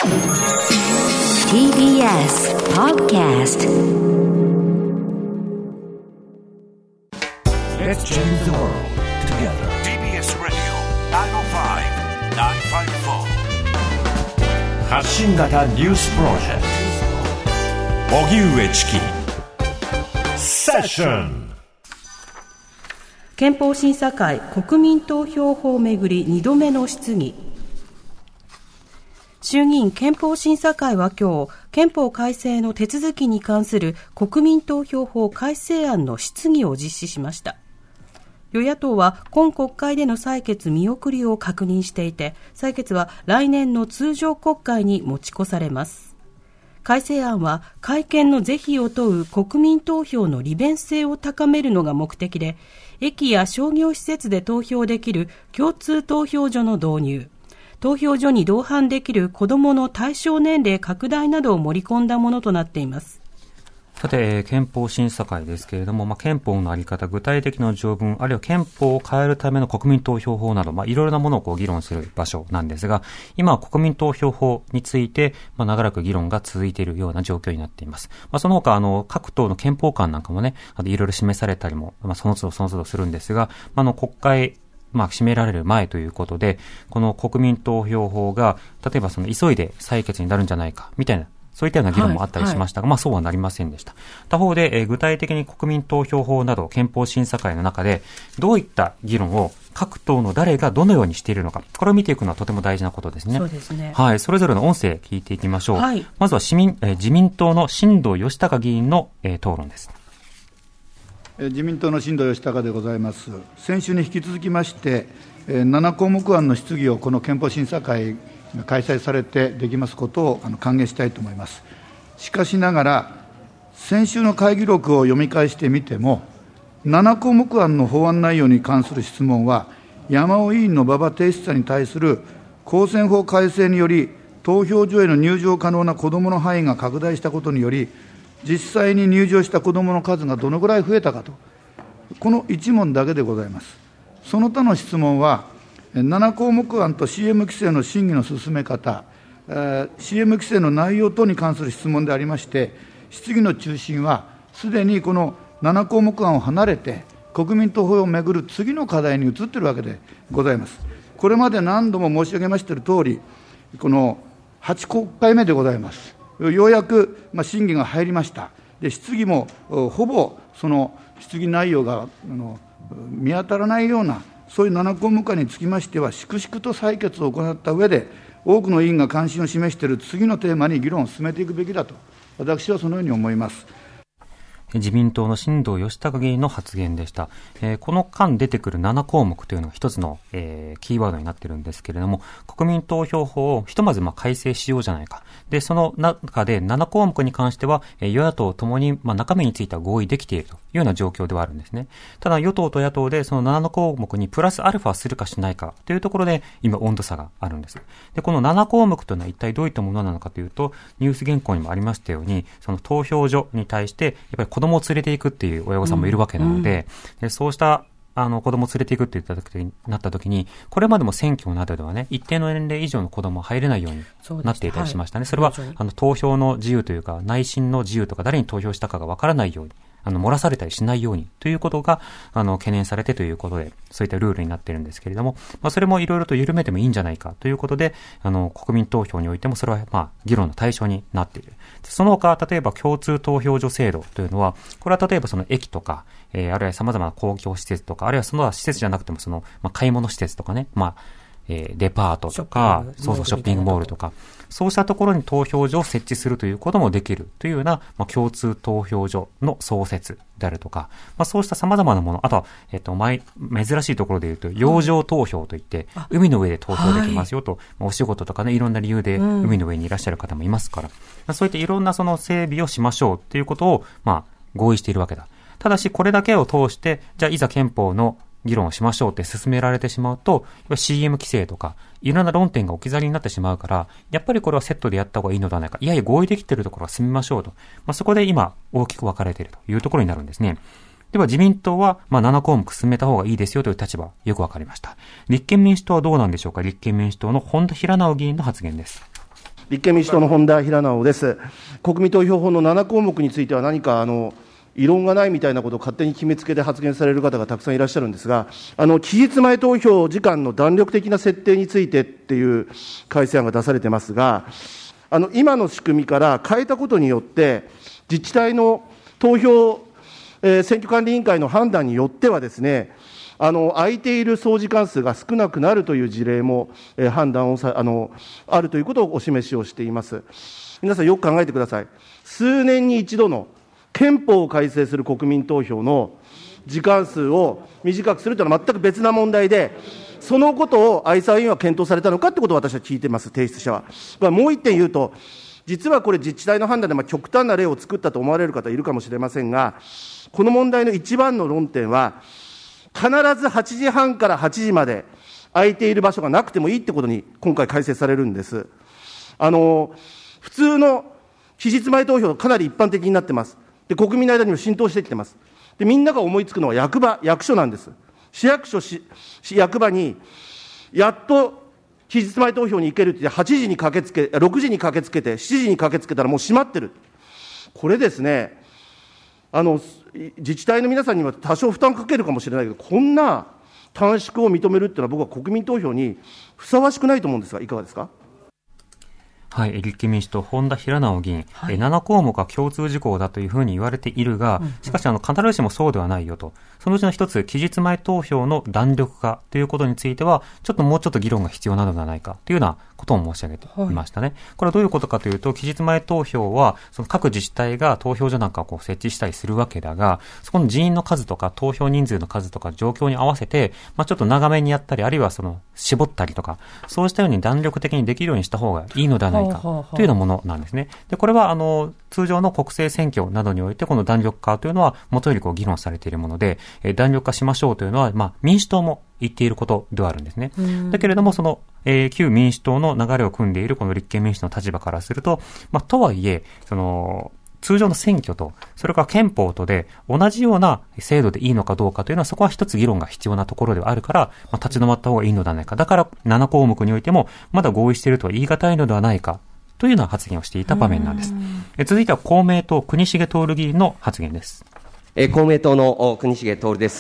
TBS Podcast. Let's change the world together. TBS Radio 905-954 発信型ニュースプロジェクト荻上チキセッション。 憲法審査会国民投票法めぐり2度目の質疑。衆議院憲法審査会は今日、憲法改正の手続きに関する国民投票法改正案の質疑を実施しました。与野党は今国会での採決見送りを確認していて、採決は来年の通常国会に持ち越されます。改正案は改憲の是非を問う国民投票の利便性を高めるのが目的で、駅や商業施設で投票できる共通投票所の導入、投票所に同伴できる子どもの対象年齢拡大などを盛り込んだものとなっています。 さて、憲法審査会ですけれども、憲法の在り方、具体的な条文、あるいは憲法を変えるための国民投票法など、いろいろなものを議論する場所なんですが、今は国民投票法について、長らく議論が続いているような状況になっています。その他、各党の憲法観なんかもね、いろいろ示されたりも、その都度するんですが、国会、締められる前ということで、この国民投票法が、例えば急いで採決になるんじゃないか、みたいな、そういったような議論もあったりしましたが、そうはなりませんでした。他方で、具体的に国民投票法など憲法審査会の中でどういった議論を各党の誰がどのようにしているのか、これを見ていくのはとても大事なことですね。 そうですね。 はい、それぞれの音声聞いていきましょう。 はい、 まずは自民党の新藤義孝議員の、討論です。 自民党の新藤義孝でございます。先週に引き続きまして、7項目案の質疑をこの憲法審査会開催されてできますことを歓迎したいと思います。しかしながら、先週の会議録を読み返してみても、7項目案の法案内容に関する質問は、山尾委員の馬場提出者に対する公選法改正により、投票所への入場可能な子どもの範囲が拡大したことにより、実際に入場した子どもの数がどのぐらい増えたかと、この一問だけでございます。その他の質問は、7項目案と CM 規制の審議の進め方、CM 規制の内容等に関する質問でありまして、質疑の中心は、すでにこの7項目案を離れて、国民投票をめぐる次の課題に移っているわけでございます。これまで何度も申し上げましているとおり、この8国会目でございます。ようやく審議が入りました。で、質疑もほぼその質疑内容が見当たらないような、そういう7項目案につきましては、粛々と採決を行った上で、多くの委員が関心を示している次のテーマに議論を進めていくべきだと、私はそのように思います。 自民党の新藤義孝議員の発言でした。この間出てくる7項目というのが一つの、キーワードになっているんですけれども、国民投票法をひとまず改正しようじゃないか。で、その中で7項目に関しては、与野党ともに、中身については合意できているというような状況ではあるんですね。ただ、与党と野党でその7項目にプラスアルファするかしないかというところで、今温度差があるんです。で、この7項目というのは一体どういったものなのかというと、ニュース原稿にもありましたように、その投票所に対して、やっぱり子供を連れていくっていう親御さんもいるわけなので、そうした子供を連れていくってなった時に、これまでも選挙などではね、一定の年齢以上の子供は入れないようになっていたりしましたね。それは投票の自由というか、内心の自由とか、誰に投票したかがわからないように、漏らされたりしないようにということが懸念されてということで、そういったルールになっているんですけれども、それもいろいろと緩めてもいいんじゃないかということで、国民投票においてもそれは議論の対象になっている。その他、例えば共通投票所制度というのは、これは例えばその駅とか、あるいは様々な公共施設とか、あるいはその施設じゃなくても買い物施設とかね、デパートとか、ショッピングモールとか、そうしたところに投票所を設置するということもできるというような、共通投票所の創設であるとか、そうした様々なもの、あとは、珍しいところで言うと、洋上投票といって、海の上で投票できますよと、お仕事とかね、いろんな理由で海の上にいらっしゃる方もいますから、そういったいろんなその整備をしましょうということを、合意しているわけだ。ただし、これだけを通して、じゃあいざ憲法の議論をしましょうって進められてしまうと、CM 規制とか、いろんな論点が置き去りになってしまうから、やっぱりこれはセットでやった方がいいのではないか。いやいや合意できているところは進みましょうと。そこで今、大きく分かれているというところになるんですね。では自民党は、7項目進めた方がいいですよという立場、よく分かりました。立憲民主党はどうなんでしょうか。立憲民主党の本田平直議員の発言です。 立憲民主党の本田平直です。国民投票法の7項目については何か異論がないみたいなことを勝手に決めつけで発言される方がたくさんいらっしゃるんですが、期日前投票時間の弾力的な設定についてっていう改正案が出されてますが、今の仕組みから変えたことによって、自治体の投票、選挙管理委員会の判断によってはですね、空いている総時間数が少なくなるという事例も、判断をあるということをお示しをしています。皆さんよく考えてください。数年に一度の憲法を改正する国民投票の時間数を短くするというのは全く別な問題で、そのことを愛沢委員は検討されたのかということを私は聞いています、提出者は。もう一点言うと、実はこれ、自治体の判断で極端な例を作ったと思われる方いるかもしれませんが、この問題の一番の論点は、必ず8時半から8時まで空いている場所がなくてもいいってことに今回改正されるんです。普通の期日前投票、かなり一般的になってます。で、国民の間にも浸透してきてます。で、みんなが思いつくのは役所なんです。市役所、役場に、やっと期日前投票に行けるって言って6時に駆けつけて、7時に駆けつけたらもう閉まってる。これですね、自治体の皆さんには多少負担かけるかもしれないけど、こんな短縮を認めるっていうのは、僕は国民投票にふさわしくないと思うんですが、いかがですか。 はい、立憲民主党、本田平直議員、7項目は共通事項だというふうに言われているが、しかし必ずしもそうではないよと。そのうちの一つ、期日前投票の弾力化ということについては、もうちょっと議論が必要なのではないかというようなことを申し上げていましたね。これはどういうことかというと、期日前投票は、その各自治体が投票所なんかを設置したりするわけだが、そこの人員の数とか投票人数の数とか状況に合わせて、ちょっと長めにやったり、あるいは絞ったりとか、そうしたように弾力的にできるようにした方がいいのではないかというようなものなんですね。で、これは通常の国政選挙などにおいてこの弾力化というのは元より議論されているもので、弾力化しましょうというのは、民主党も言っていることではあるんですね。だけれども、旧民主党の流れを組んでいるこの立憲民主党の立場からすると、とはいえ、通常の選挙と、それから憲法とで同じような制度でいいのかどうかというのは、そこは一つ議論が必要なところではあるから、立ち止まった方がいいのではないか。だから7項目においても、まだ合意しているとは言い難いのではないか。というような発言をしていた場面なんです。続いては公明党国重徹議員の発言です。 公明党の国重徹です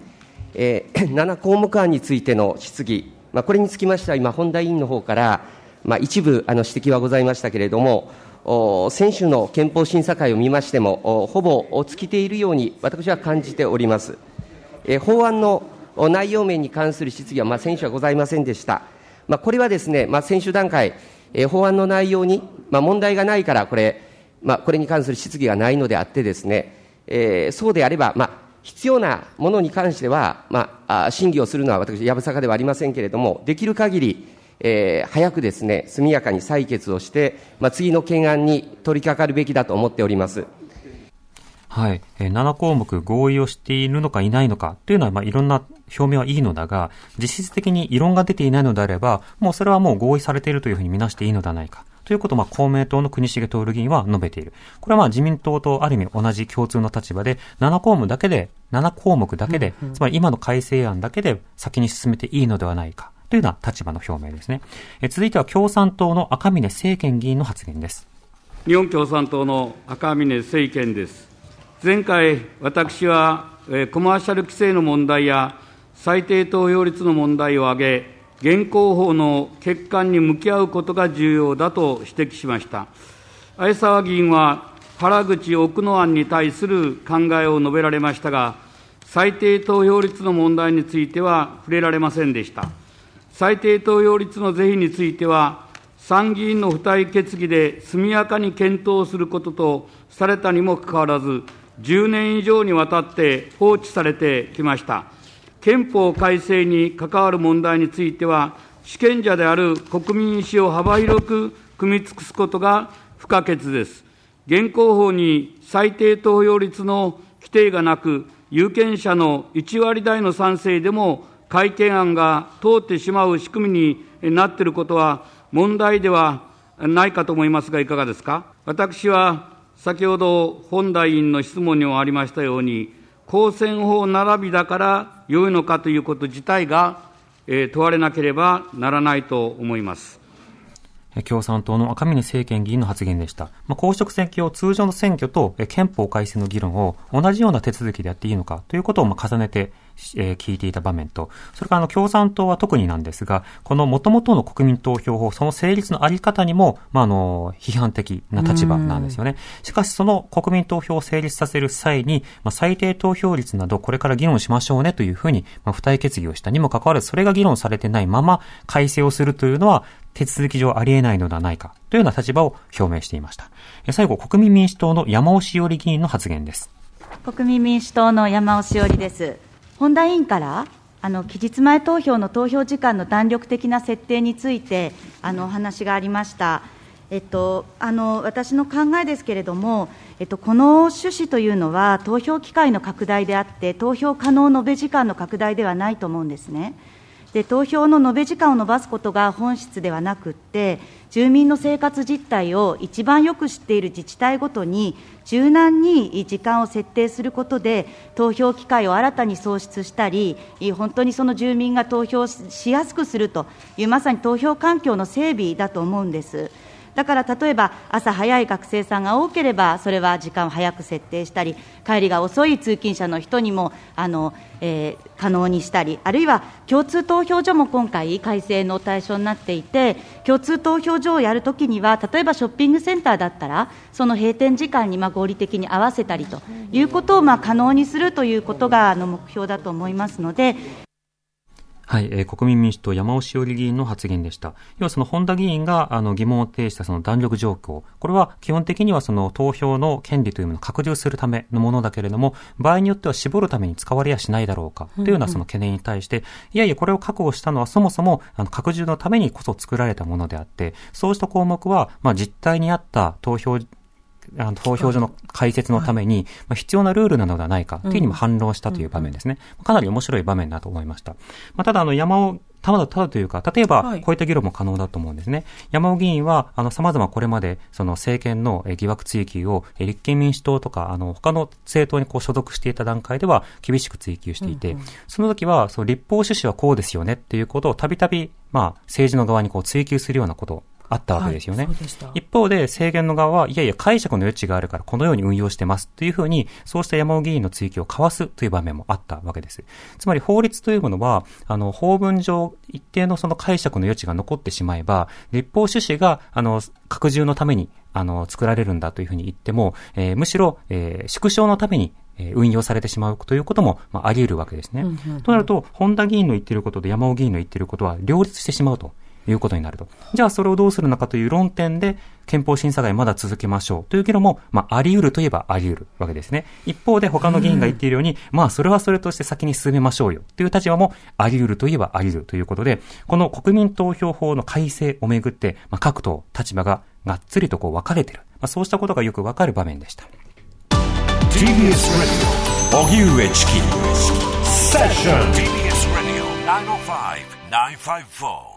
。7項目案についての質疑、これにつきましては今本田委員の方から、一部指摘はございましたけれども、先週の憲法審査会を見ましてもほぼ尽きているように私は感じております。法案の内容面に関する質疑は先週はございませんでした。これはですね、先週段階法案の内容に、問題がないからこれに関する質疑がないのであってですね、そうであれば、必要なものに関しては、審議をするのは私やぶさかではありませんけれども、できる限り、早くですね、速やかに採決をして、次の懸案に取り掛かるべきだと思っております。 はい。7項目合意をしているのかいないのかというのは、いろんな表明はいいのだが、実質的に異論が出ていないのであれば、もうそれはもう合意されているというふうに見なしていいのではないか。ということを、公明党の国重徹議員は述べている。これは自民党とある意味同じ共通の立場で、7項目だけで、つまり今の改正案だけで先に進めていいのではないか。というような立場の表明ですね。続いては共産党の赤嶺政賢議員の発言です。 日本共産党の赤嶺政賢です。前回、私はコマーシャル規制の問題や最低投票率の問題を挙げ、現行法の欠陥に向き合うことが重要だと指摘しました。逢沢議員は原口奥野案に対する考えを述べられましたが、最低投票率の問題については触れられませんでした。最低投票率の是非については、参議院の付帯決議で速やかに検討することとされたにもかかわらず、10年以上にわたって放置されてきました。憲法改正に関わる問題については、主権者である国民意思を幅広く汲み尽くすことが不可欠です。現行法に最低投票率の規定がなく、有権者の1割台の賛成でも改憲案が通ってしまう仕組みになっていることは問題ではないかと思いますが、いかがですか。私は先ほど本田委員の質問にもありましたように、公選法並びだから良いのかということ自体が、問われなければならないと思います。 共産党の赤嶺政権議員の発言でした。公職選挙を通常の選挙と憲法改正の議論を同じような手続きでやっていいのかということを重ねて聞いていた場面と、それから共産党は特になんですが、この元々の国民投票法、その成立のあり方にも、批判的な立場なんですよね。しかしその国民投票を成立させる際に、最低投票率などこれから議論しましょうねというふうに、付帯決議をしたにもかかわらず、それが議論されてないまま改正をするというのは、手続き上ありえないのではないかというような立場を表明していました。最後、国民民主党の山尾志織議員の発言です。 国民民主党の山尾志織です。本田委員から期日前投票の投票時間の弾力的な設定についてお話がありました。私の考えですけれども、この趣旨というのは投票機会の拡大であって投票可能延べ時間の拡大ではないと思うんですね。で、投票の延べ時間を延ばすことが本質ではなくって、住民の生活実態を一番よく知っている自治体ごとに柔軟に時間を設定することで投票機会を新たに創出したり、本当にその住民が投票しやすくするというまさに投票環境の整備だと思うんです。だから例えば朝早い学生さんが多ければそれは時間を早く設定したり、帰りが遅い通勤者の人にも可能にしたり、あるいは共通投票所も今回改正の対象になっていて、共通投票所をやるときには例えばショッピングセンターだったらその閉店時間に合理的に合わせたりということを可能にするということが目標だと思いますので。 はい、国民民主党山尾志織議員の発言でした。要はその本田議員が疑問を呈したその弾力状況、これは基本的にはその投票の権利というものを拡充するためのものだけれども、場合によっては絞るために使われやしないだろうかというようなその懸念に対して、いやいやこれを確保したのはそもそも拡充のためにこそ作られたものであって、そうした項目は実態に合った投票所の開設のために必要なルールなのではないかというふうにも反論したという場面ですね。かなり面白い場面だと思いました。ただ山尾ただというか、例えばこういった議論も可能だと思うんですね。山尾議員は様々これまでその政権の疑惑追及を立憲民主党とか他の政党に所属していた段階では厳しく追及していて、その時は立法趣旨はこうですよねっていうことをたびたび政治の側に追及するようなことあったわけですよね。一方で政権の側はいやいや解釈の余地があるからこのように運用してますというふうに、そうした山尾議員の追及をかわすという場面もあったわけです。つまり法律というものは法文上一定のその解釈の余地が残ってしまえば、立法趣旨が拡充のために作られるんだというふうに言っても、むしろ、縮小のために運用されてしまうということもあり得るわけですね。となると本田議員の言っていることと山尾議員の言っていることは両立してしまうということになると。じゃあそれをどうするのかという論点で憲法審査会まだ続けましょうという議論もあり得るといえばあり得るわけですね。一方で他の議員が言っているようにそれはそれとして先に進めましょうよという立場もあり得るといえばあり得るということで、この国民投票法の改正をめぐって各党立場ががっつりと分かれている、そうしたことがよくわかる場面でした。 TBS Radio 荻上チキセッション TBS Radio 905-954